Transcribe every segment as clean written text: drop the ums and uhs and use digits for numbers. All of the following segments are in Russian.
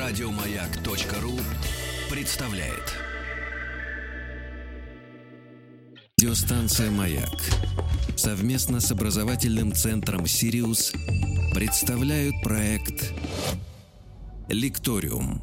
Радиомаяк.ру представляет. Радиостанция «Маяк» совместно с образовательным центром «Сириус» представляют проект «Лекториум».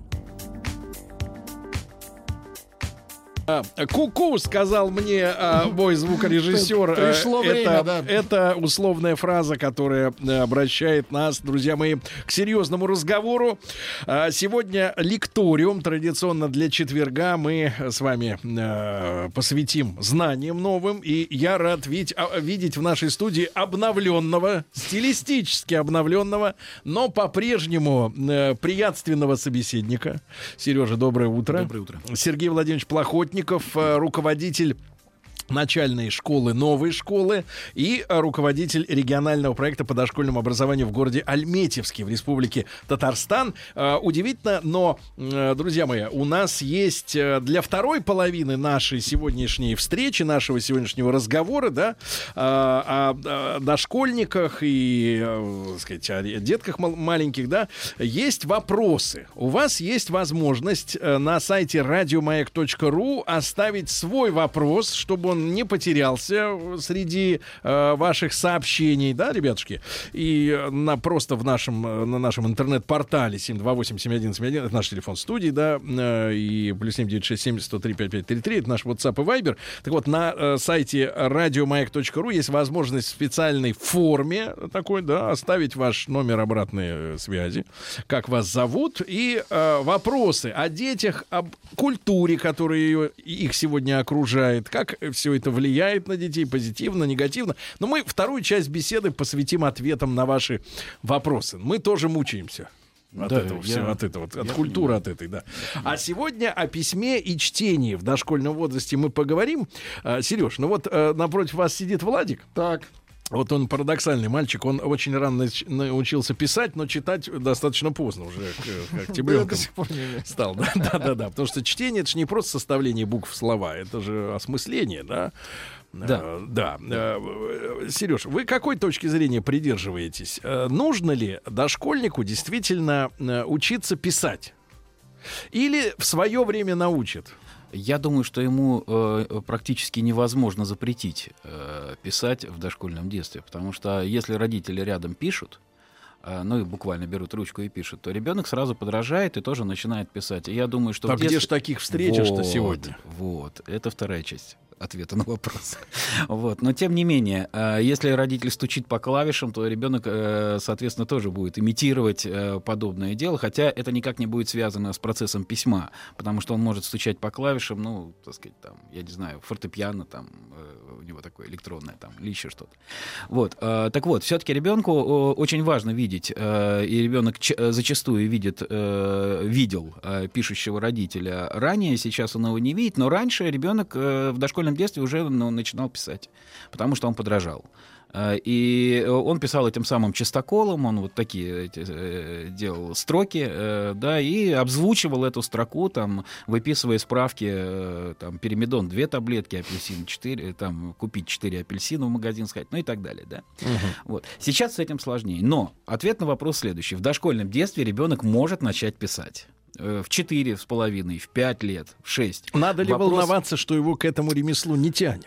Ку-ку, сказал мне мой звукорежиссер. Пришло время, да. Это условная фраза, которая обращает нас, друзья мои, к серьезному разговору. Сегодня лекториум. Традиционно для четверга мы с вами посвятим знаниям новым. И я рад видеть в нашей студии обновленного, стилистически обновленного, но по-прежнему приятственного собеседника. Сережа, доброе утро. Доброе утро. Сергей Владимирович Плохотников, руководитель начальной школы, новой школы и руководитель регионального проекта по дошкольному образованию в городе Альметьевске в Республике Татарстан. Удивительно, но, друзья мои, у нас есть для второй половины нашей сегодняшней встречи, нашего сегодняшнего разговора, да, о дошкольниках и, так сказать, о детках маленьких, да, есть вопросы. У вас есть возможность на сайте radiomаяк.ru оставить свой вопрос, чтобы он не потерялся среди ваших сообщений, да, ребятушки? И просто на нашем интернет-портале 728-7171, это наш телефон студии, да, и плюс 7967-103-5533, это наш WhatsApp и Viber. Так вот, на сайте radiomаяк.ru есть возможность в специальной форме такой, да, оставить ваш номер обратной связи, как вас зовут, и вопросы о детях, об культуре, которая их сегодня окружает, как все это влияет на детей позитивно, негативно. Но мы вторую часть беседы посвятим ответам на ваши вопросы. Мы тоже мучаемся от этого всего, от культуры, от этой, да. А сегодня о письме и чтении в дошкольном возрасте мы поговорим. Сереж, ну вот напротив вас сидит Владик. Так. Вот он парадоксальный мальчик, он очень рано научился писать, но читать достаточно поздно уже, как тебрёнком стал. Да, потому что чтение — это же не просто составление букв слова, это же осмысление, да? Да. Сереж, вы какой точки зрения придерживаетесь? Нужно ли дошкольнику действительно учиться писать? Или в свое время научат? Я думаю, что ему практически невозможно запретить писать в дошкольном детстве, потому что если родители рядом пишут, ну и буквально берут ручку и пишут, то ребенок сразу подражает и тоже начинает писать. И я думаю, что... Так где же таких встретишь-то сегодня? Вот, это вторая часть ответа на вопрос. Вот. Но тем не менее, если родитель стучит по клавишам, то ребенок, соответственно, тоже будет имитировать подобное дело, хотя это никак не будет связано с процессом письма, потому что он может стучать по клавишам, ну, так сказать, там, я не знаю, фортепиано, там, у него такое электронное, там, или еще что-то. Вот. Так вот, все-таки ребенку очень важно видеть, и ребенок зачастую видел пишущего родителя ранее, сейчас он его не видит, но раньше ребенок в дошкольном детстве уже начинал писать, потому что он подражал. И он писал этим самым чистоколом, он вот такие делал строки, да, и обзвучивал эту строку, там, выписывая справки, там, пиримидон 2 таблетки, апельсин 4, там, купить 4 апельсина в магазин сходить, ну и так далее, да. Вот. Сейчас с этим сложнее. Но ответ на вопрос следующий. В дошкольном детстве ребенок может начать писать. В 4,5, в 5 лет, в 6. Надо ли волноваться, что его к этому ремеслу не тянет?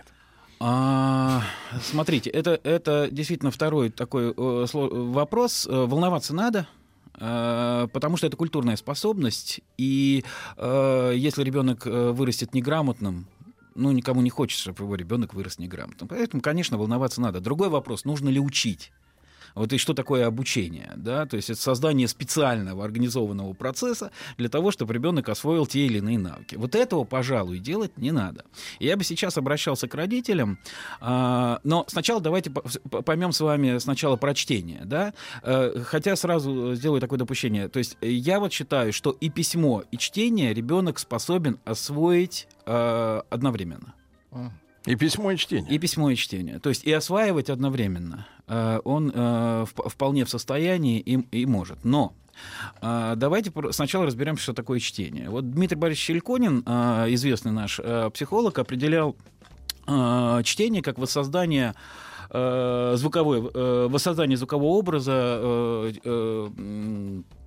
Смотрите, это действительно второй такой вопрос. Волноваться надо, потому что это культурная способность. И если ребенок вырастет неграмотным, ну, никому не хочется, чтобы его ребенок вырос неграмотным. Поэтому, конечно, волноваться надо. Другой вопрос, нужно ли учить? Вот и что такое обучение, да? То есть это создание специального организованного процесса для того, чтобы ребенок освоил те или иные навыки. Вот этого, пожалуй, делать не надо. И я бы сейчас обращался к родителям, но сначала давайте поймем с вами сначала про чтение, да? Хотя сразу сделаю такое допущение. То есть я вот считаю, что и письмо, и чтение ребенок способен освоить одновременно. И письмо, и чтение. И письмо, и чтение. То есть и осваивать одновременно он вполне в состоянии и может. Но давайте сначала разберемся, что такое чтение. Вот Дмитрий Борисович Щельконин, известный наш психолог, определял чтение как воссоздание звукового образа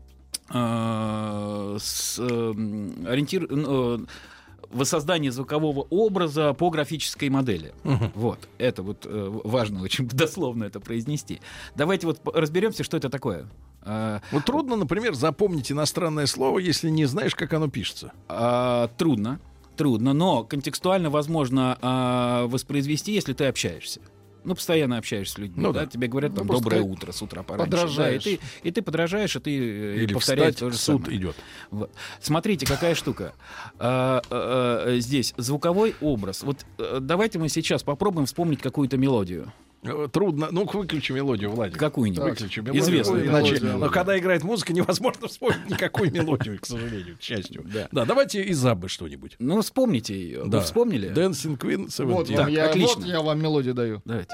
воссоздание звукового образа по графической модели. Вот. Это вот важно очень дословно это произнести. Давайте вот разберемся, что это такое. Вот трудно, например, запомнить иностранное слово, если не знаешь, как оно пишется. Трудно, но контекстуально возможно воспроизвести, если ты общаешься. Ну, постоянно общаешься с людьми, да? Тебе говорят там «доброе утро» с утра пораньше. Подражаешь. Да, и ты подражаешь, и ты или повторяешь встать, то же суд самое. идет. Вот. Смотрите, какая штука. Здесь звуковой образ. Вот давайте мы сейчас попробуем вспомнить какую-то мелодию. Трудно. Ну, выключи мелодию, Владик. Какую-нибудь. Выключи мелодию. Известную. Иначе, но когда играет музыка, невозможно вспомнить никакую мелодию, к сожалению, к счастью. Да, давайте из Аббы что-нибудь. Ну, вспомните ее. Да. Вы вспомнили? Dancing Queen, Вот, отлично. Вот я вам мелодию даю. Давайте.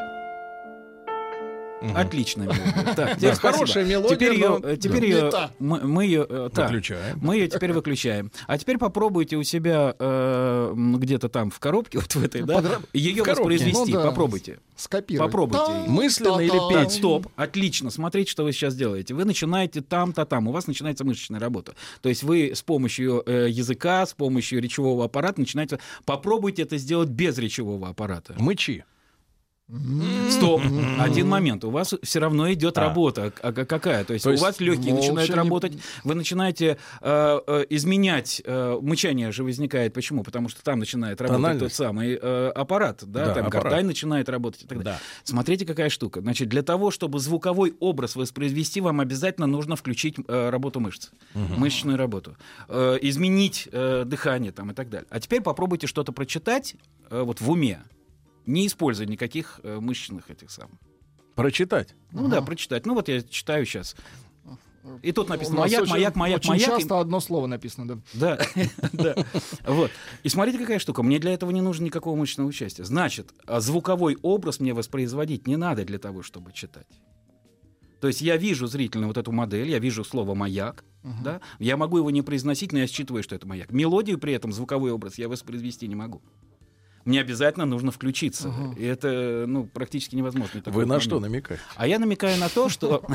Отличная мелодия. Так, теперь хорошая мелодия. Теперь ее мы ее выключаем. Мы ее теперь выключаем. А теперь попробуйте у себя где-то там в коробке, вот в этой, да, ее воспроизвести. Попробуйте. Скопировать. Попробуйте. Мысленно или петь? Стоп. Отлично. Смотрите, что вы сейчас делаете. Вы начинаете там-то там. У вас начинается мышечная работа. То есть вы с помощью языка, с помощью речевого аппарата начинаете... Попробуйте это сделать без речевого аппарата. Мычи. Стоп. Один момент. У вас все равно идет работа. Какая? То есть у вас легкие начинают работать. Вы начинаете изменять. Мычание же возникает. Почему? Потому что там начинает работать тот самый аппарат. Да, там гортань начинает работать и так далее. Смотрите, какая штука. Значит, для того, чтобы звуковой образ воспроизвести, вам обязательно нужно включить работу мышц. Мышечную работу. Изменить дыхание там, и так далее. А теперь попробуйте что-то прочитать вот в уме. Не используя никаких мышечных этих самых. Прочитать? Ну да, прочитать. Ну вот я читаю сейчас. И тут написано очень маяк. часто одно слово написано, да. Да. Вот. И смотрите, какая штука. Мне для этого не нужно никакого мышечного участия. Значит, звуковой образ мне воспроизводить не надо для того, чтобы читать. То есть я вижу зрительно вот эту модель, я вижу слово «маяк», да? Я могу его не произносить, но я считываю, что это маяк. Мелодию при этом, звуковой образ, я воспроизвести не могу. Мне обязательно нужно включиться. И это практически невозможно. Вы на что намекаете? А я намекаю на то, что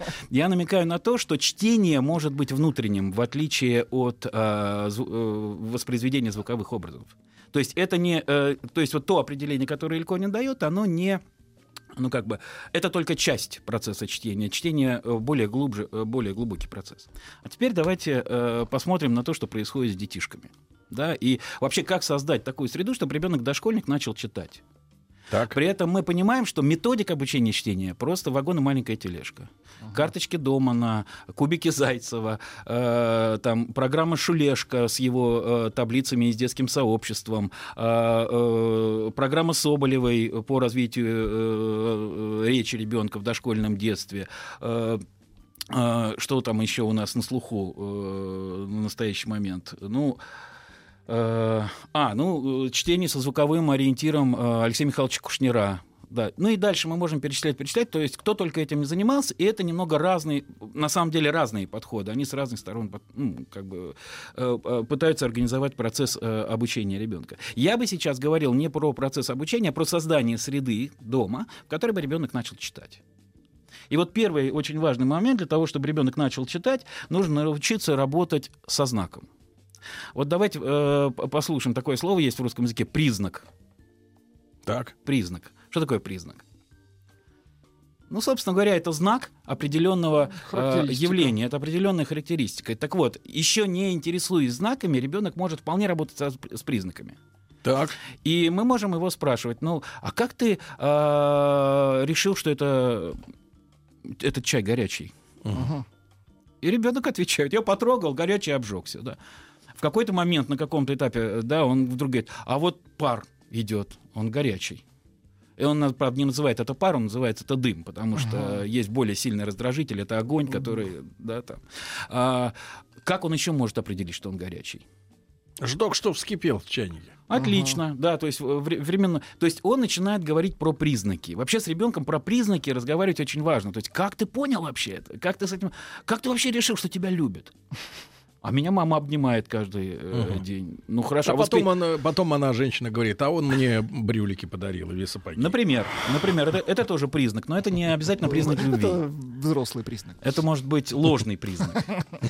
чтение может быть внутренним, в отличие от воспроизведения звуковых образов. То есть это не, то есть вот то определение, которое Ильконин дает, оно не, это только часть процесса чтения. Чтение более глубокий процесс. А теперь давайте посмотрим на то, что происходит с детишками. Да? И вообще, как создать такую среду, чтобы ребенок-дошкольник начал читать. Так. При этом мы понимаем, что методика обучения чтения просто вагон и маленькая тележка. Карточки Домана, кубики Зайцева, там, программа Шулешко с его таблицами и с детским сообществом, программа Соболевой по развитию речи ребенка в дошкольном детстве. Что там еще у нас на слуху на настоящий момент? Чтение со звуковым ориентиром Алексея Михайловича Кушнира. Да. Ну и дальше мы можем перечислять. То есть кто только этим не занимался, и это немного разные, на самом деле разные подходы. Они с разных сторон пытаются организовать процесс обучения ребенка. Я бы сейчас говорил не про процесс обучения, а про создание среды дома, в которой бы ребенок начал читать. И вот первый очень важный момент для того, чтобы ребенок начал читать, нужно научиться работать со знаком. Вот давайте послушаем, такое слово есть в русском языке — признак. Так. Признак. Что такое признак? Собственно говоря, это знак определенного явления, это определенная характеристика. Так вот, еще не интересуясь знаками, ребенок может вполне работать с признаками. Так. И мы можем его спрашивать: а как ты решил, что этот чай горячий? И ребенок отвечает: я потрогал, горячий, обжегся. Да. В какой-то момент, на каком-то этапе, да, он вдруг говорит: а вот пар идет, он горячий. И он, правда, не называет это пар, он называет это дым, потому что есть более сильный раздражитель, это огонь, который... Да, там. Как он еще может определить, что он горячий? Ждок, что вскипел в чайнике. Отлично, да, то есть временно... То есть он начинает говорить про признаки. Вообще с ребенком про признаки разговаривать очень важно. То есть как ты понял вообще это? Как ты вообще решил, что тебя любят? А меня мама обнимает каждый день. Ну хорошо. А потом она, женщина, говорит: а он мне брюлики подарил или сапоги. Например, это тоже признак, но это не обязательно признак любви. Это взрослый признак. Это может быть ложный признак.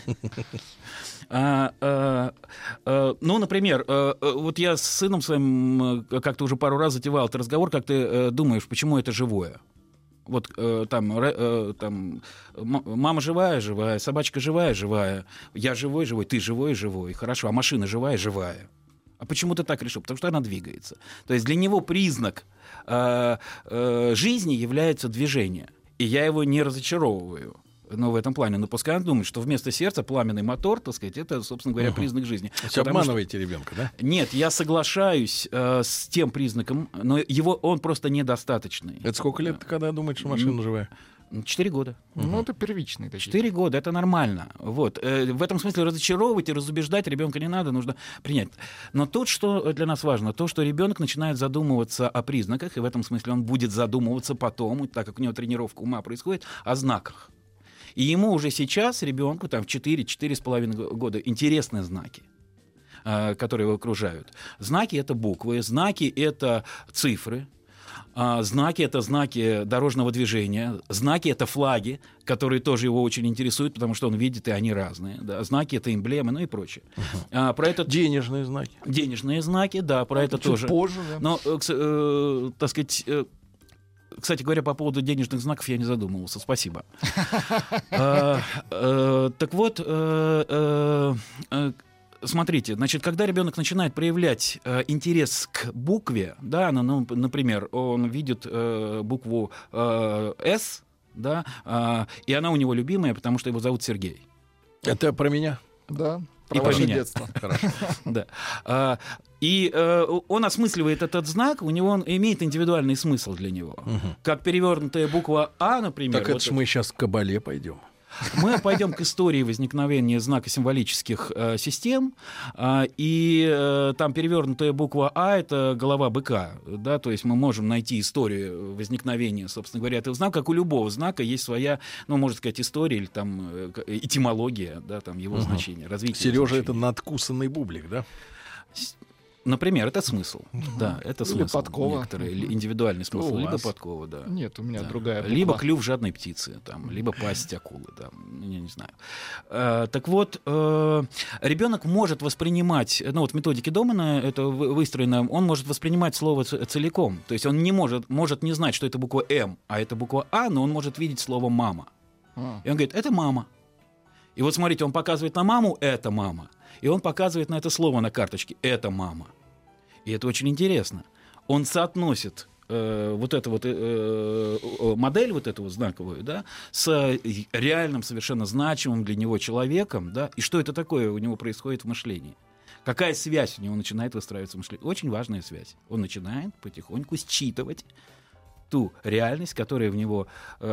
Ну, например, вот я с сыном своим как-то уже пару раз затевал этот разговор, как ты думаешь, почему это живое? Вот там мама живая, собачка живая, я живой, ты живой, хорошо, а машина живая. А почему ты так решил? Потому что она двигается. То есть для него признак жизни является движение. И я его не разочаровываю. Но в этом плане. Но пускай он думает, что вместо сердца пламенный мотор, так сказать, это, собственно говоря, признак жизни. Обманываете ребенка, да? Нет, я соглашаюсь с тем признаком, но он просто недостаточный. Это сколько лет ты когда думаешь, что машина живая? 4 года. Ну, это первичные такие. 4 года, это нормально. Вот. В этом смысле разочаровывать и разубеждать ребенка не надо, нужно принять. Но тут, что для нас важно, то, что ребенок начинает задумываться о признаках, и в этом смысле он будет задумываться потом, так как у него тренировка ума происходит, о знаках. И ему уже сейчас, ребенку, там, в 4-4,5 года, интересны знаки, которые его окружают. Знаки — это буквы, знаки — это цифры, знаки — это знаки дорожного движения, знаки — это флаги, которые тоже его очень интересуют, потому что он видит, и они разные. Да. Знаки — это эмблемы, ну и прочее. Про это... Денежные знаки. Денежные знаки, да, про это тоже. Позже, да. Но, так сказать... Кстати говоря, по поводу денежных знаков я не задумывался. Спасибо. Так вот, смотрите, значит, когда ребенок начинает проявлять интерес к букве, да, ну, например, он видит букву «С», да, и она у него любимая, потому что его зовут Сергей. Это про меня? Да. И про ваше меня. детство. Хорошо. Да. И он осмысливает этот знак, у него он имеет индивидуальный смысл для него. Как перевернутая буква «А», например. Так это ж мы сейчас к Кабале пойдем. Мы пойдем к истории возникновения знакосимволических систем, и там перевернутая буква «А» — это голова быка, да, то есть мы можем найти историю возникновения, собственно говоря, этого знака. Как у любого знака есть своя, ну, можно сказать, история или там этимология, да, там его значение, развитие. Сережа — это надкусанный бублик, да? Например, это смысл. Да, это Или смысл. подкова. Некоторый индивидуальный смысл. У Либо вас? подкова, да. Нет, у меня Да. другая буква. Либо клюв жадной птицы, там, либо пасть акулы, там, я не знаю. Так вот, ребенок может воспринимать, ну вот в методике Домана это выстроено, он может воспринимать слово целиком. То есть он не может не знать, что это буква М, а это буква А, но он может видеть слово «мама». И он говорит, это мама. И вот смотрите, он показывает на маму, это мама. И он показывает на это слово на карточке, это мама. И это очень интересно. Он соотносит вот эту вот модель, вот эту вот знаковую, да, с реальным, совершенно значимым для него человеком, да, и что это такое у него происходит в мышлении. Какая связь у него начинает выстраиваться в мышлении? Очень важная связь. Он начинает потихоньку считывать ту реальность, которая в него,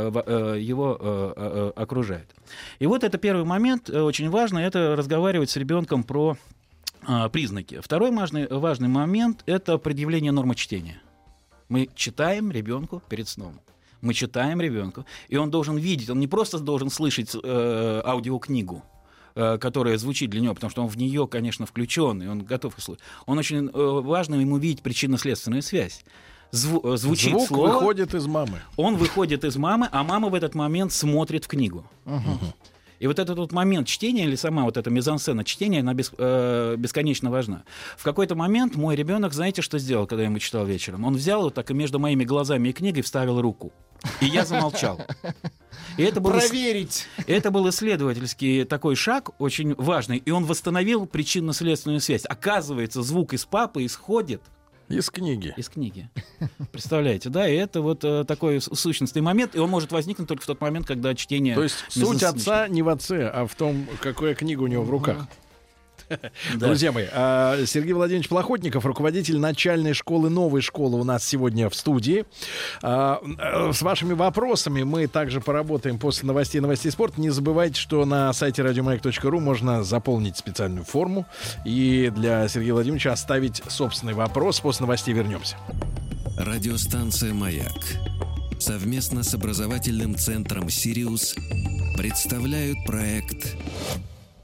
его окружает. И вот это первый момент, очень важно, это разговаривать с ребенком про признаки. Второй важный момент — это предъявление нормы чтения. Мы читаем ребенку перед сном. Мы читаем ребенку, и он должен видеть, он не просто должен слышать аудиокнигу, которая звучит для него, потому что он в нее, конечно, включен, и он готов слушать. Он очень важно ему видеть причинно-следственную связь. Звучит Звук слово, выходит из мамы. он выходит из мамы, а мама в этот момент смотрит в книгу. И вот этот вот момент чтения, или сама вот эта мизансцена чтения, она бесконечно важна. В какой-то момент мой ребенок, знаете, что сделал, когда я ему читал вечером? Он взял вот так и между моими глазами и книгой вставил руку. И я замолчал. И это был Проверить. Это был исследовательский такой шаг, очень важный, и он восстановил причинно-следственную связь. Оказывается, звук из папы исходит Из книги. из книги. Представляете, да? И это вот такой сущностный момент, и он может возникнуть только в тот момент, когда чтение... То есть суть отца не в отце, а в том, какая книга у него в руках. Друзья мои, Сергей Владимирович Плохотников, руководитель начальной школы, новой школы, у нас сегодня в студии. С вашими вопросами мы также поработаем после новостей спорта. Не забывайте, что на сайте radiomayak.ru можно заполнить специальную форму и для Сергея Владимировича оставить собственный вопрос. После новостей вернемся. Радиостанция «Маяк» совместно с образовательным центром «Сириус» представляют проект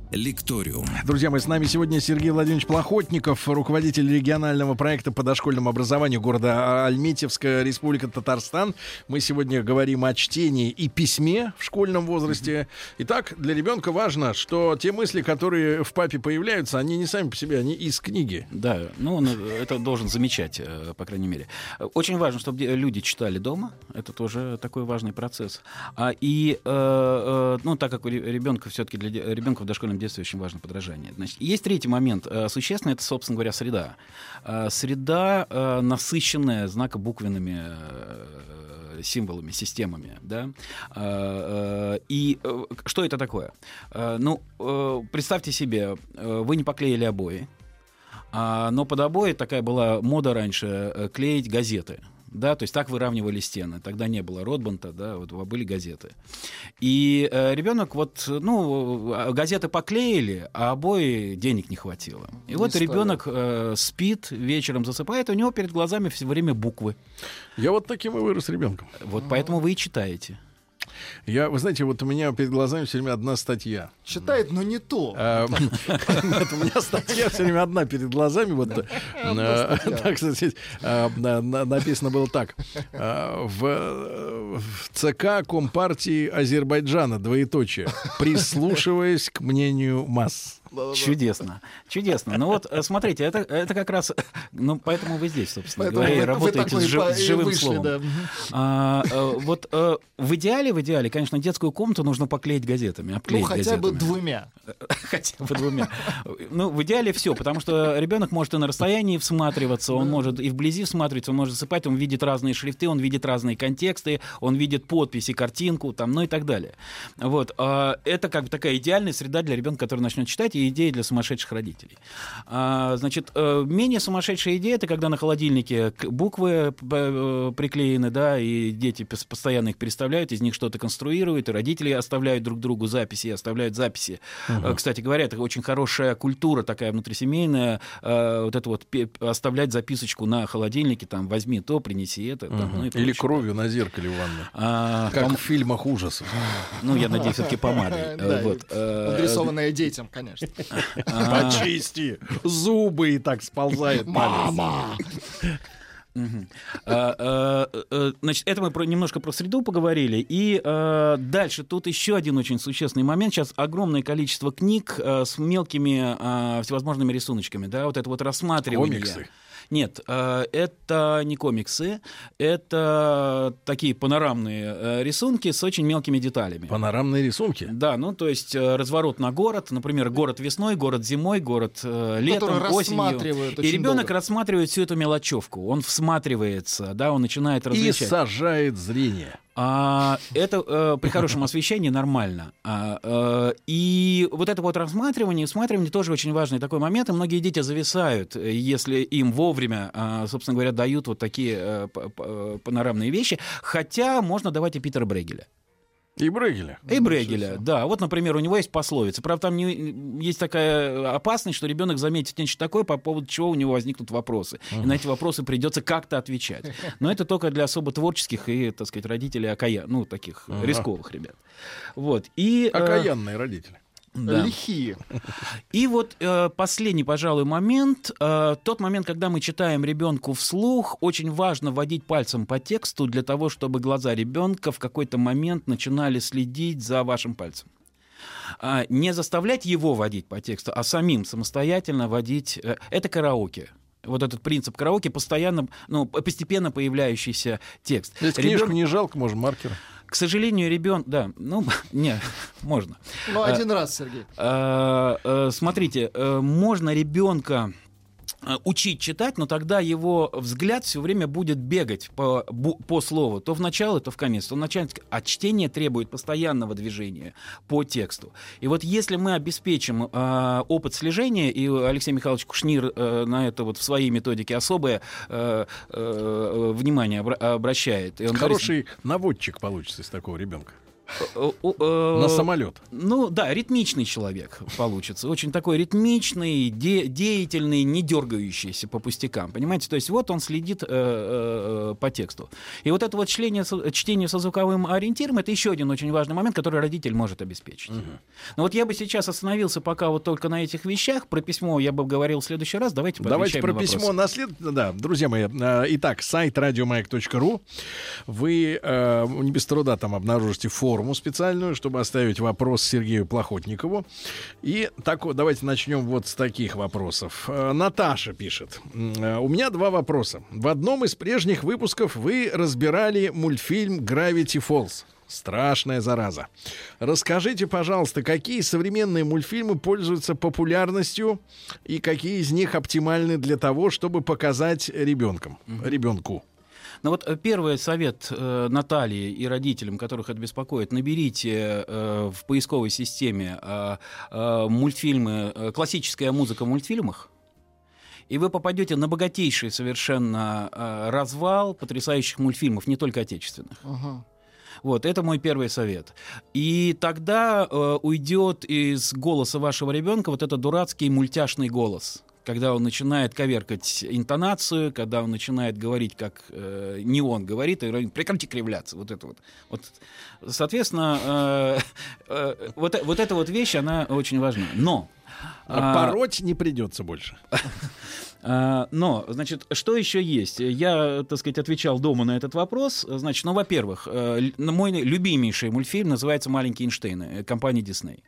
Лекториум. Друзья мои, с нами сегодня Сергей Владимирович Плохотников, руководитель регионального проекта по дошкольному образованию города Альметьевска, Республика Татарстан. Мы сегодня говорим о чтении и письме в школьном возрасте. Итак, для ребенка важно, что те мысли, которые в папе появляются, они не сами по себе, они из книги. Да, ну он это должен замечать, по крайней мере. Очень важно, чтобы люди читали дома. Это тоже такой важный процесс. Так как у ребенка все-таки для ребенка в дошкольном детстве очень важно подражание. Значит, есть третий момент. Существенный — это, собственно говоря, среда. Среда, насыщенная знакобуквенными символами, системами. Да? И что это такое? Представьте себе, вы не поклеили обои, но под обои такая была мода раньше клеить газеты. Да, то есть так выравнивали стены. Тогда не было Ротбанта, да, вот были газеты. И ребенок газеты поклеили, а обои денег не хватило. И вот ребенок спит, вечером засыпает, у него перед глазами все время буквы. Я вот таким и вырос ребенком. Вот поэтому вы и читаете. Вы знаете, вот у меня перед глазами все время одна статья. Читает, но не то. Нет, у меня статья все время одна перед глазами. Вот так сказать, написано было так. В ЦК Компартии Азербайджана, двоеточие, прислушиваясь к мнению масс. Чудесно, чудесно. Ну вот, смотрите, это как раз, поэтому вы здесь, собственно говоря, и работаете с живым словом. Да. В идеале, конечно, детскую комнату нужно поклеить газетами, обклеить хотя газетами. бы двумя. Хотя бы двумя. В идеале все, потому что ребенок может и на расстоянии всматриваться, он может и вблизи всматриваться, он может засыпать, он видит разные шрифты, он видит разные контексты, он видит подписи, картинку, и так далее. Вот. Это как бы такая идеальная среда для ребенка, который начнет читать, и идея для сумасшедших родителей. Менее сумасшедшая идея — это когда на холодильнике буквы приклеены, да, и дети постоянно их переставляют, из них что-то конструируют, и родители оставляют друг другу записи, оставляют записи. Кстати говоря, это очень хорошая культура такая внутрисемейная, оставлять записочку на холодильнике, возьми то, принеси это. Или кровью на зеркале в ванной. Как в фильмах ужасов. Я надеюсь, все-таки помадой. Адресованная детям, конечно. Почисти зубы, и так сползает. Мама! Значит, это мы немножко про среду поговорили. И дальше тут еще один очень существенный момент. Сейчас огромное количество книг с мелкими всевозможными рисуночками. Да, вот это вот рассматривание. Комиксы. Нет, это не комиксы, это такие панорамные рисунки с очень мелкими деталями. Панорамные рисунки? Да, то есть разворот на город, например, город весной, город зимой, город летом, осенью. И ребенок рассматривает всю эту мелочевку, он всматривается, да, он начинает различать. И сажает зрение. Это при хорошем освещении нормально. И вот это вот рассматривание тоже очень важный такой момент. И многие дети зависают, если им вовремя, собственно говоря, дают вот такие панорамные вещи. Хотя можно давать и Питера Брейгеля. И Брейгеля. Да. Вот, например, у него есть пословица. Правда, там есть такая опасность, что ребенок заметит нечто такое, по поводу чего у него возникнут вопросы. И на эти вопросы придется как-то отвечать. Но это только для особо творческих и, так сказать, родителей таких рисковых ребят. Вот. Окаянные родители. Да. Лихие. И вот последний, пожалуй, момент. Тот момент, когда мы читаем ребенку вслух, очень важно водить пальцем по тексту для того, чтобы глаза ребенка в какой-то момент начинали следить за вашим пальцем. Не заставлять его водить по тексту, а самостоятельно водить. Это караоке. Вот этот принцип караоке, постоянно, постепенно появляющийся текст. Если книжку не жалко, можно маркер. К сожалению, ребенок... Да, можно. Один раз, Сергей. Смотрите, можно ребенка учить читать, но тогда его взгляд все время будет бегать по слову, то в начало, то в конец, то в начале. А чтение требует постоянного движения по тексту. И вот если мы обеспечим опыт слежения, и Алексей Михайлович Кушнир на это вот в своей методике особое внимание обращает. И он хороший наводчик получится из такого ребенка. На самолет. Ну да, ритмичный человек получится. Очень такой ритмичный, деятельный, не дергающийся по пустякам. Понимаете? То есть вот он следит по тексту. И вот это вот чтение со звуковым ориентиром — это еще один очень важный момент, который родитель может обеспечить. Но вот я бы сейчас остановился пока вот только на этих вещах. Про письмо я бы говорил в следующий раз. Давайте про на письмо да, друзья мои. Итак, сайт radiomayak.ru. Вы не без труда там обнаружите форму специальную, чтобы оставить вопрос Сергею Плохотникову. И так вот, давайте начнем вот с таких вопросов. Наташа пишет. У меня два вопроса. В одном из прежних выпусков вы разбирали мультфильм Gravity Falls. Страшная зараза. Расскажите, пожалуйста, какие современные мультфильмы пользуются популярностью и какие из них оптимальны для того, чтобы показать ребенку? Ну вот первый совет Натальи и родителям, которых это беспокоит: наберите в поисковой системе мультфильмы, классическая музыка в мультфильмах, и вы попадете на богатейший совершенно развал потрясающих мультфильмов, не только отечественных. Вот, это мой первый совет. И тогда уйдет из голоса вашего ребенка вот этот дурацкий мультяшный голос, когда он начинает коверкать интонацию, когда он начинает говорить, как не он говорит, и прекрати кривляться. Вот это вот. Соответственно, вот эта вот вещь, она очень важна. Но пороть не придется больше. Но, значит, что еще есть? Я, так сказать, отвечал дома на этот вопрос. Значит, ну, во-первых, мой любимейший мультфильм называется «Маленькие Эйнштейны» компании Disney.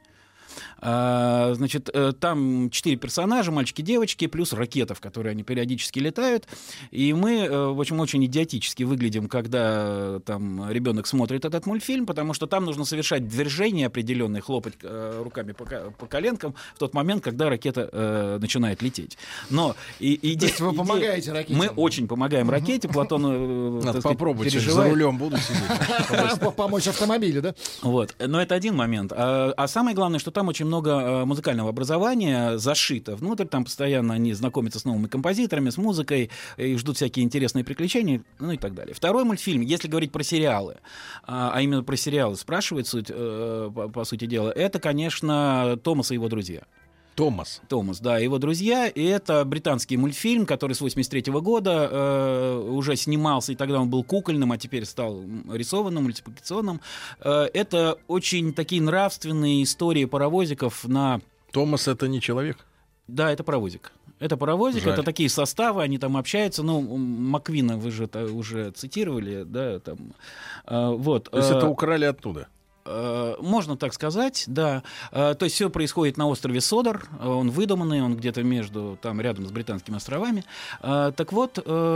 Значит, там 4 персонажа, мальчики-девочки, плюс ракета, в которой они периодически летают. И мы, в общем, очень идиотически выглядим, когда там ребенок смотрит этот мультфильм, потому что там нужно совершать движения определенные, хлопать руками по коленкам в тот момент, когда ракета начинает лететь. Но то есть вы помогаете ракете? Мы очень помогаем ракете. Платон, надо попробовать, за рулем буду сидеть. Помочь автомобилю, да? Вот. Но это один момент. А самое главное, что там очень много музыкального образования зашито внутрь, там постоянно они знакомятся с новыми композиторами, с музыкой, и ждут всякие интересные приключения, ну и так далее. Второй мультфильм, если говорить про сериалы, а именно про сериалы спрашивает суть, по сути дела, это, конечно, «Томас и его друзья». Томас, да, его друзья. И это британский мультфильм, который с 1983 года уже снимался, и тогда он был кукольным, а теперь стал рисованным, мультипликационным. Это очень такие нравственные истории паровозиков на... Томас — это не человек? Да, это паровозик. Это паровозик, Жаль. Это такие составы, они там общаются. Ну, Маквина вы же уже цитировали, да, там. Вот. То есть это украли оттуда? Можно так сказать, да. То есть все происходит на острове Содор. Он выдуманный, он где-то между, там, рядом с Британскими островами. Так вот,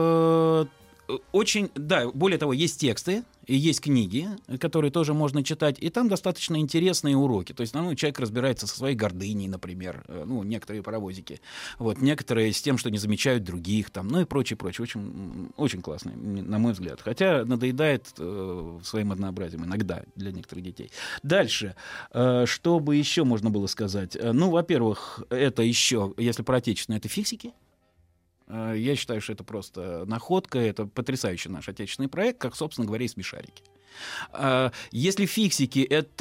очень, да, более того, есть тексты, и есть книги, которые тоже можно читать, и там достаточно интересные уроки. То есть, ну, человек разбирается со своей гордыней, например, ну, некоторые паровозики, вот, некоторые с тем, что не замечают других, там, ну и прочее. Очень, очень классно, на мой взгляд. Хотя надоедает своим однообразием иногда для некоторых детей. Дальше, что бы еще можно было сказать? Ну, во-первых, это еще, если про отечественное, это фиксики. Я считаю, что это просто находка, это потрясающий наш отечественный проект, как, собственно говоря, и смешарики. Если фиксики —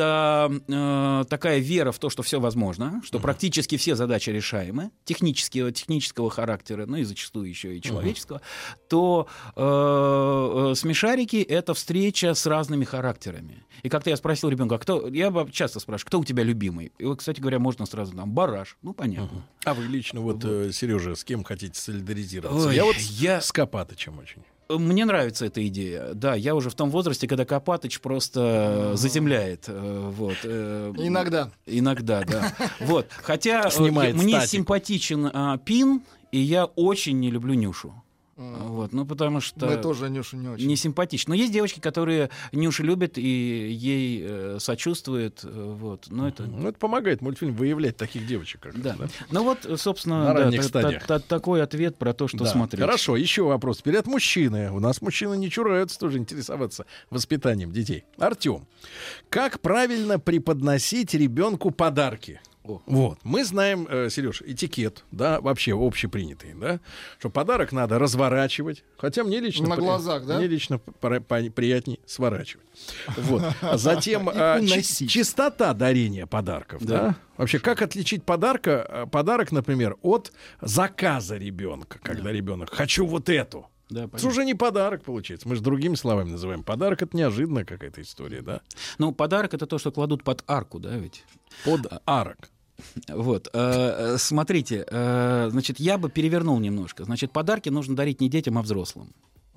это такая вера в то, что все возможно, что практически все задачи решаемы, технического характера, ну и зачастую еще и человеческого, то смешарики — это встреча с разными характерами. И как-то я спросил ребенка, я часто спрашиваю, кто у тебя любимый? И вот, кстати говоря, можно сразу там Бараш, ну понятно. А вы лично, вот, Сережа, с кем хотите солидаризироваться? Я с Копатычем очень. Мне нравится эта идея. Да, я уже в том возрасте, когда Копатыч просто заземляет. Вот. Иногда. Иногда, да. Вот. Хотя Снимает мне статику. Симпатичен Пин, и я очень не люблю Нюшу. Вот, ну, потому что... Мы тоже Нюшу не очень. Не симпатично. Но есть девочки, которые Нюшу любят и ей сочувствуют. Вот. Но это... Ну, это помогает мультфильм выявлять таких девочек. Как да. раз, да? Ну вот, собственно, На ранних стадиях. такой ответ про то, что Да. смотреть. Хорошо, еще вопрос. Теперь от мужчины. У нас мужчины не чураются тоже интересоваться воспитанием детей. Артем, как правильно преподносить ребенку подарки? Вот. Мы знаем, Сереж, этикет, да, вообще общепринятый, да, что подарок надо разворачивать, хотя мне лично... На глазах, да? Мне лично приятнее сворачивать. Вот. Затем чистота дарения подарков, да. Вообще, как отличить подарок, например, от заказа ребенка, когда ребенок «хочу вот эту». Да, это уже не подарок, получается. Мы же другими словами называем. Подарок — это неожиданная какая-то история, да? Ну, подарок — это то, что кладут под арку, да, ведь? Под арок. Вот, смотрите, значит, я бы перевернул немножко. Значит, подарки нужно дарить не детям, а взрослым.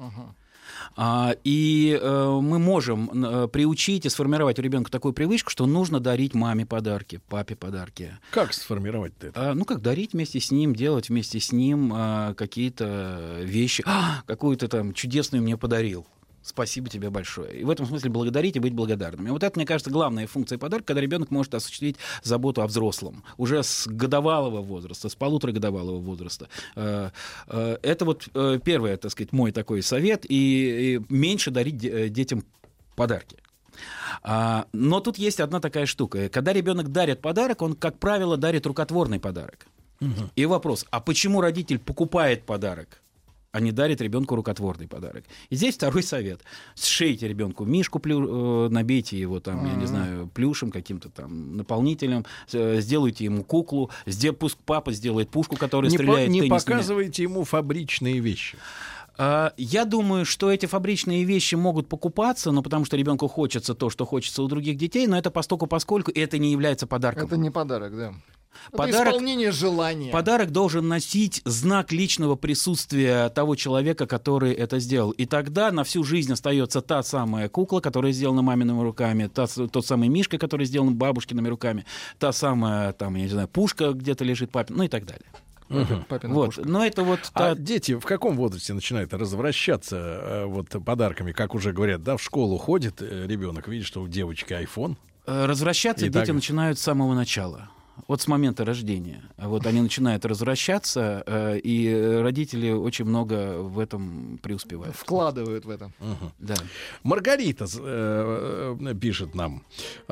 И мы можем приучить и сформировать у ребенка такую привычку, что нужно дарить маме подарки, папе подарки. Как сформировать это? Ну, как дарить вместе с ним, делать вместе с ним какие-то вещи. Какую-то там чудесную мне подарил. Спасибо тебе большое. И в этом смысле благодарить и быть благодарным. И вот это, мне кажется, главная функция подарка, когда ребенок может осуществить заботу о взрослом. Уже с годовалого возраста, с полуторагодовалого возраста. Это вот первый, так сказать, мой такой совет. И меньше дарить детям подарки. Но тут есть одна такая штука. Когда ребенок дарит подарок, он, как правило, дарит рукотворный подарок. И вопрос, а почему родитель покупает подарок, а не дарит ребенку рукотворный подарок? И здесь второй совет. Сшейте ребенку мишку, набейте его там, я не знаю, плюшем, каким-то там наполнителем, сделайте ему куклу, пусть папа сделает пушку, которая стреляет не теннисными. показывайте ему фабричные вещи. Я думаю, что эти фабричные вещи могут покупаться, но потому что ребенку хочется то, что хочется у других детей, но это поскольку это не является подарком. Это не подарок, да. Подарок, это исполнение желания. Подарок должен носить знак личного присутствия того человека, который это сделал. И тогда на всю жизнь остается та самая кукла, которая сделана мамиными руками, тот самый мишка, который сделан бабушкиными руками, та самая, там, я не знаю, пушка где-то лежит папин, ну и так далее. Вот. Но это вот дети в каком возрасте начинают развращаться вот подарками, как уже говорят, да, в школу ходит ребенок, видит, что у девочки iPhone. Развращаться дети начинают с самого начала. Вот с момента рождения. Вот они начинают развращаться, и родители очень много в этом преуспевают. Вкладывают в это. Да. Маргарита пишет нам.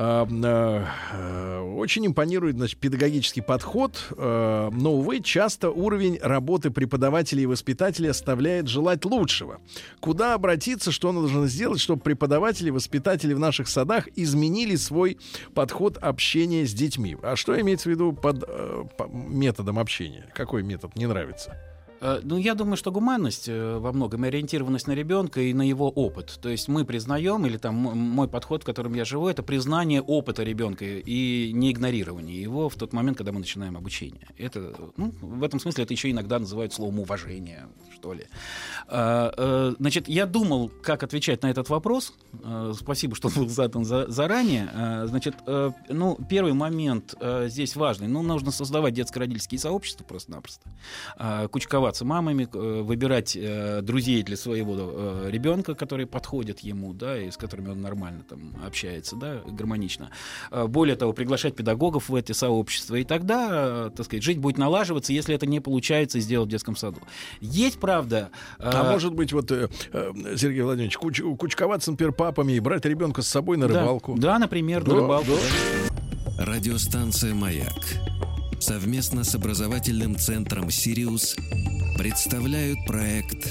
Очень импонирует, значит, педагогический подход, но, увы, часто уровень работы преподавателей и воспитателей оставляет желать лучшего. Куда обратиться, что нужно сделать, чтобы преподаватели и воспитатели в наших садах изменили свой подход общения с детьми? А что имеется в виду под методом общения? Какой метод не нравится? Ну, я думаю, что гуманность во многом ориентированность на ребенка и на его опыт. То есть мы признаем, или там мой подход, в котором я живу, это признание опыта ребенка и не игнорирование его в тот момент, когда мы начинаем обучение. Это, ну, в этом смысле это еще иногда называют словом уважение, что ли. Значит, я думал, как отвечать на этот вопрос. Спасибо, что был задан заранее. Значит, ну, первый момент здесь важный. Ну, нужно создавать детско-родительские сообщества просто-напросто. Кучковать мамами, выбирать друзей для своего ребенка, которые подходят ему, да, и с которыми он нормально там общается, да, гармонично. Более того, приглашать педагогов в эти сообщества, и тогда, так сказать, жить будет налаживаться, если это не получается сделать в детском саду. Есть, правда... может быть, вот, Сергей Владимирович, кучковаться, например, папами и брать ребенка с собой на рыбалку? Да, например, на рыбалку. Да. Радиостанция «Маяк» совместно с образовательным центром «Сириус» представляют проект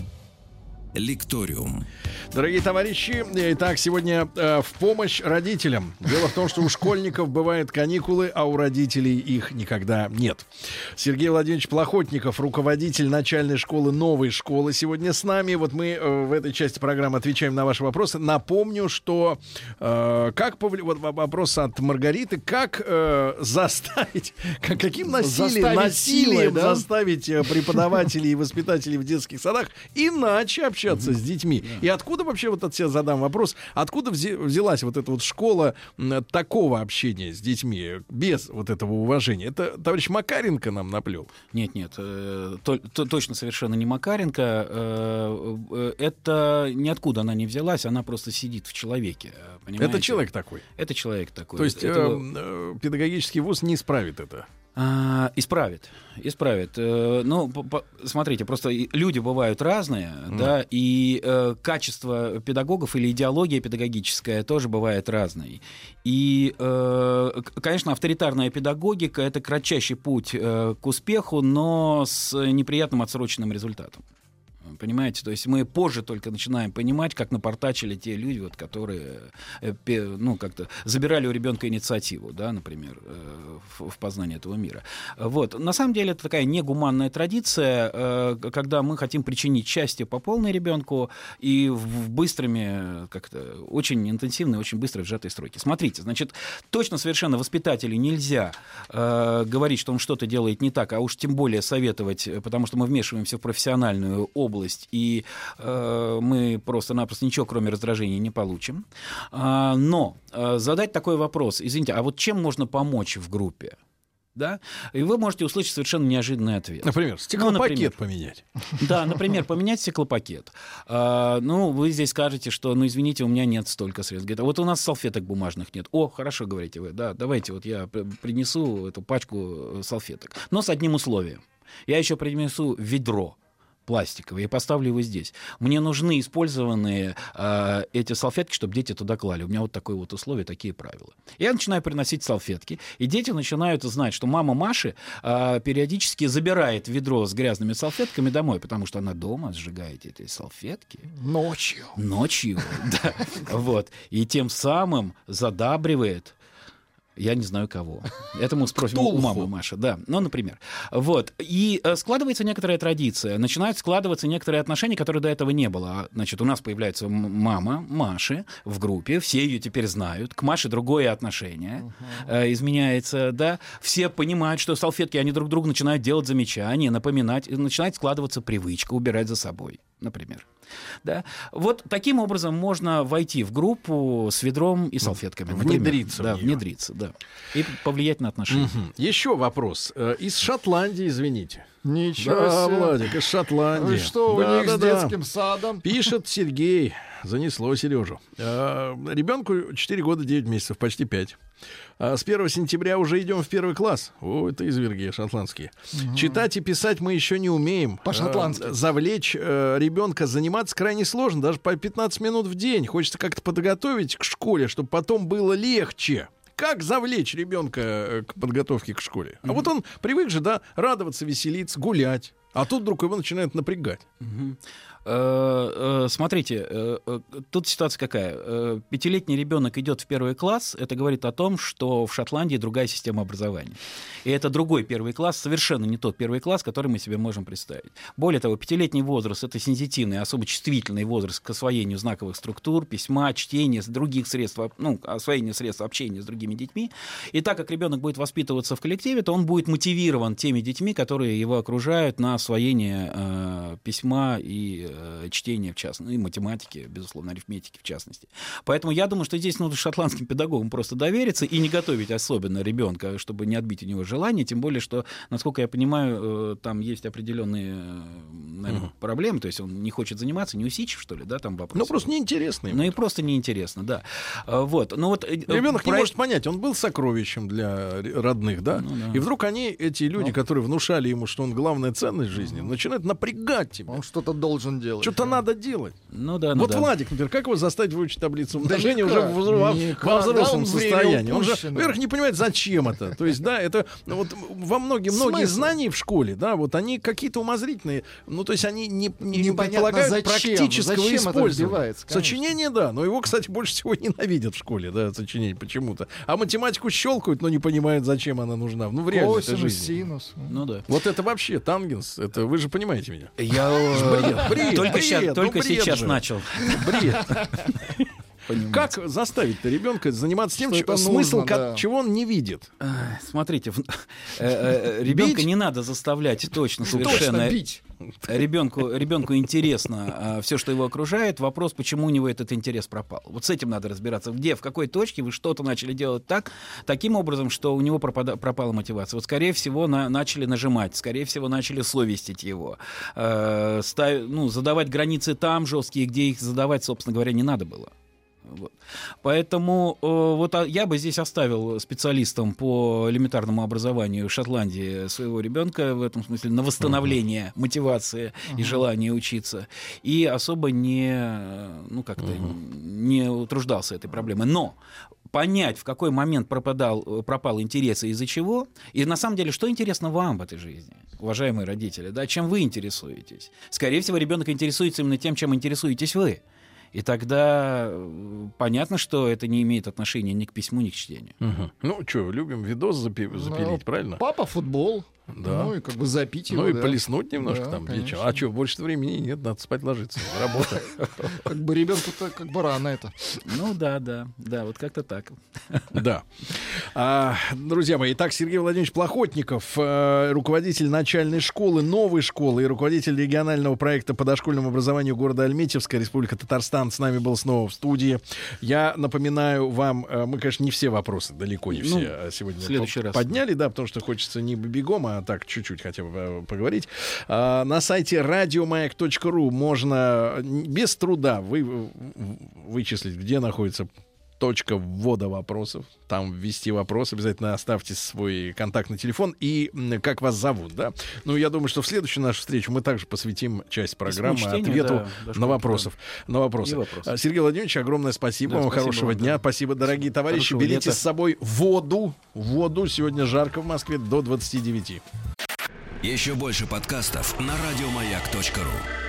«Лекториум». Дорогие товарищи, итак, сегодня в помощь родителям. Дело в том, что у школьников бывают каникулы, а у родителей их никогда нет. Сергей Владимирович Плохотников, руководитель начальной школы «Новой школы», сегодня с нами. Вот мы в этой части программы отвечаем на ваши вопросы. Напомню, что вот вопрос от Маргариты, как заставить, каким насилием заставить преподавателей и воспитателей в детских садах иначе общаться с детьми. И откуда вообще, вот от себя задам вопрос, откуда взялась вот эта вот школа такого общения с детьми, без вот этого уважения? Это товарищ Макаренко нам наплел? Нет, точно совершенно не Макаренко. Это ниоткуда она не взялась, она просто сидит в человеке. Понимаете? Это человек такой? Это человек такой. То есть педагогический вуз не исправит это? Исправит. Ну, смотрите, просто люди бывают разные, да, и качество педагогов или идеология педагогическая тоже бывает разной. И, конечно, авторитарная педагогика — это кратчайший путь к успеху, но с неприятным отсроченным результатом. Понимаете, то есть мы позже только начинаем понимать, как напортачили те люди, вот, которые как-то забирали у ребенка инициативу, да, например, в познании этого мира. Вот. На самом деле это такая негуманная традиция, когда мы хотим причинить счастье по полной ребенку и в быстрыми, как-то очень интенсивной, очень быстрой сжатой сроки. Смотрите, значит, точно совершенно воспитателю нельзя говорить, что он что-то делает не так, а уж тем более советовать, потому что мы вмешиваемся в профессиональную область, и мы просто-напросто ничего, кроме раздражения, не получим. Но задать такой вопрос: извините, а вот чем можно помочь в группе? Да? И вы можете услышать совершенно неожиданный ответ. Например, стеклопакет поменять. Да, например, поменять стеклопакет. Вы здесь скажете, что, извините, у меня нет столько средств. Говорит, а вот у нас салфеток бумажных нет. О, хорошо, говорите вы, да, давайте вот я принесу эту пачку салфеток. Но с одним условием. Я еще принесу ведро пластиковые, и поставлю его здесь. Мне нужны использованные эти салфетки, чтобы дети туда клали. У меня вот такое вот условие, такие правила. Я начинаю приносить салфетки, и дети начинают знать, что мама Маши периодически забирает ведро с грязными салфетками домой, потому что она дома сжигает эти салфетки. Ночью, да. Вот. И тем самым задабривает, я не знаю кого. Это мы спросим у мамы Маши. Да, например. Вот. И складывается некоторая традиция. Начинают складываться некоторые отношения, которые до этого не было. Значит, у нас появляется мама Маши в группе. Все ее теперь знают. К Маше другое отношение изменяется. Да? Все понимают, что салфетки, они друг другу начинают делать замечания, напоминать. И начинает складываться привычка убирать за собой, например. Да? Вот таким образом можно войти в группу с ведром и салфетками. Внедриться. Да, внедриться, да. И повлиять на отношения. Еще вопрос. Из Шотландии, извините. Ничего Да, себе. Владик, из Шотландии. Что у них с детским садом? Пишет Сергей. Занесло Сережу. Ребенку 4 года 9 месяцев, почти 5. С 1 сентября уже идем в 1 класс. О, это изверги шотландские. Читать и писать мы еще не умеем. По-шотландски. Завлечь ребенка заниматься крайне сложно. Даже по 15 минут в день. Хочется как-то подготовить к школе, чтобы потом было легче. Как завлечь ребенка к подготовке к школе? А вот он привык же, да, радоваться, веселиться, гулять. А тут вдруг его начинают напрягать. Смотрите, тут ситуация какая. 5-летний ребенок идет в 1 класс, это говорит о том, что в Шотландии другая система образования. И это другой 1 класс, совершенно не тот 1 класс, который мы себе можем представить. Более того, 5-летний возраст — это сенситивный, особо чувствительный возраст к освоению знаковых структур, письма, чтения, других средств, освоению средств общения с другими детьми. И так как ребенок будет воспитываться в коллективе, то он будет мотивирован теми детьми, которые его окружают, на освоение письма и чтения, в частности, и математики, безусловно, арифметики, в частности. Поэтому я думаю, что здесь нужно шотландским педагогам просто довериться и не готовить особенно ребенка, чтобы не отбить у него желание, тем более, что, насколько я понимаю, там есть определенные, наверное, проблемы, то есть он не хочет заниматься, не усидчив, что ли, да, там вопрос. Просто неинтересно. И просто неинтересно, да. Вот. Ребенок не может понять, он был сокровищем для родных, да? И вдруг эти люди, которые внушали ему, что он главная ценность жизни, начинают напрягать тебя. Он что-то должен делать. Что-то надо делать. Вот Владик, например, как его заставить выучить таблицу умножения уже во взрослом состоянии? Он же, во-первых, не понимает, зачем это. То есть, да, это во многие знания в школе, да, вот они какие-то умозрительные, то есть они не предполагают практического использования. Сочинение, да, но его, кстати, больше всего ненавидят в школе, да, сочинение почему-то. А математику щелкают, но не понимают, зачем она нужна. В реальной жизни. Синус. Да. Вот это вообще тангенс, это вы же понимаете меня. Бред, только сейчас начал. Бред. Как заставить-то ребенка заниматься тем, смысл чего он не видит? Смотрите, ребенка не надо заставлять точно совершенно. Бить. Ребенку интересно все, что его окружает. Вопрос, почему у него этот интерес пропал. Вот с этим надо разбираться. В какой точке вы что-то начали делать таким образом, что у него пропала мотивация. Вот, скорее всего, начали нажимать, скорее всего, начали совестить его. Задавать границы там жесткие, где их задавать, собственно говоря, не надо было. Вот. Поэтому вот я бы здесь оставил специалистам по элементарному образованию в Шотландии своего ребенка в этом смысле на восстановление мотивации и желания учиться, и особо не утруждался этой проблемой. Но понять, в какой момент пропал интерес и из-за чего, и на самом деле, что интересно вам в этой жизни, уважаемые родители, да, чем вы интересуетесь. Скорее всего, ребенок интересуется именно тем, чем интересуетесь вы. И тогда понятно, что это не имеет отношения ни к письму, ни к чтению. Ну, что, любим видос запилить, правильно? Папа футбол. Да. Ну, и как бы запить его. Ну, и да. полиснуть немножко Да, там конечно. вечером. А что, больше времени нет, надо спать ложиться. Работа. Как бы ребенку-то как бы рано это. Ну да, вот как-то так. Да. Друзья мои, итак, Сергей Владимирович Плохотников, руководитель начальной школы, новой школы и руководитель регионального проекта по дошкольному образованию города Альметьевска, Республика Татарстан, с нами был снова в студии. Я напоминаю вам, мы, конечно, не все вопросы, далеко не все сегодня в следующий раз подняли, да, потому что хочется не бегом, а так чуть-чуть хотя бы поговорить. На сайте радиомаяк.ру можно без труда вычислить, где находится точка ввода вопросов. Там ввести вопрос. Обязательно оставьте свой контактный телефон и как вас зовут, да. Ну, я думаю, что в следующую нашу встречу мы также посвятим часть программы ответу на вопросы. Сергей Владимирович, огромное спасибо. Вам хорошего дня. Спасибо, дорогие товарищи. Хорошего Берите лета. с собой воду. Сегодня жарко в Москве до 29. Еще больше подкастов на радиомаяк.ру.